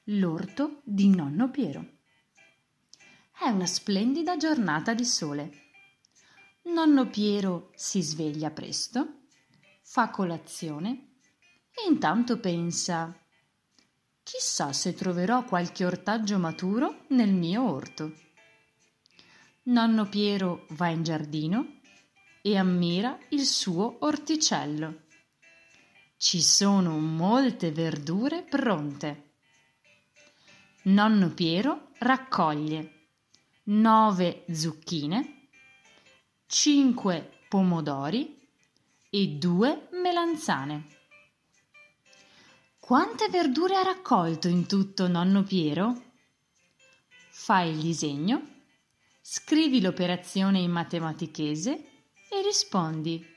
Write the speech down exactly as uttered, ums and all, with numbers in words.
L'orto di nonno Piero. È una splendida giornata di sole. Nonno Piero si sveglia presto, fa colazione e intanto pensa: chissà se troverò qualche ortaggio maturo nel mio orto. Nonno Piero va in giardino e ammira il suo orticello. Ci sono molte verdure pronte. Nonno Piero raccoglie nove zucchine, cinque pomodori e due melanzane. Quante verdure ha raccolto in tutto nonno Piero? Fai il disegno, scrivi l'operazione in matematichese e rispondi.